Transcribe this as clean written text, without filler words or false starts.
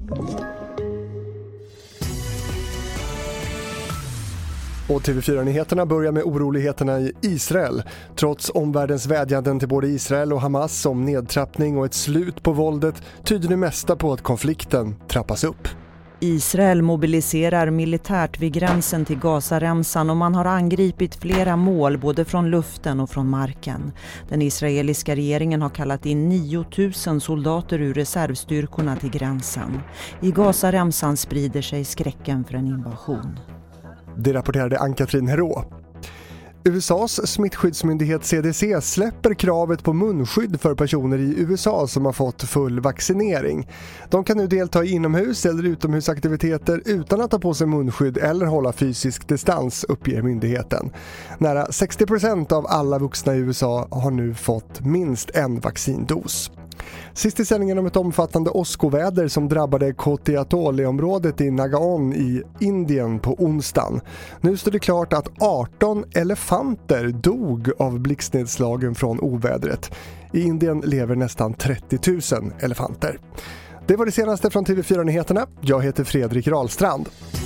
Och TV4-nyheterna börjar med oroligheterna i Israel. Trots omvärldens vädjanden till både Israel och Hamas om nedtrappning och ett slut på våldet tyder det mesta på att konflikten trappas upp. Israel mobiliserar militärt vid gränsen till Gazaremsan och man har angripit flera mål både från luften och från marken. Den israeliska regeringen har kallat in 9000 soldater ur reservstyrkorna till gränsen. I Gazaremsan sprider sig skräcken för en invasion. Det rapporterade Ann-Katrin Herå. USAs smittskyddsmyndighet CDC släpper kravet på munskydd för personer i USA som har fått full vaccinering. De kan nu delta i inomhus- eller utomhusaktiviteter utan att ta på sig munskydd eller hålla fysisk distans, uppger myndigheten. Nära 60% av alla vuxna i USA har nu fått minst en vaccindos. Sist i sändningen om ett omfattande åskoväder som drabbade Koti Atoll-området i Nagaon i Indien på onsdagen. Nu står det klart att 18 elefanter dog av blixtnedslagen från ovädret. I Indien lever nästan 30 000 elefanter. Det var det senaste från TV4-nyheterna. Jag heter Fredrik Rahlstrand.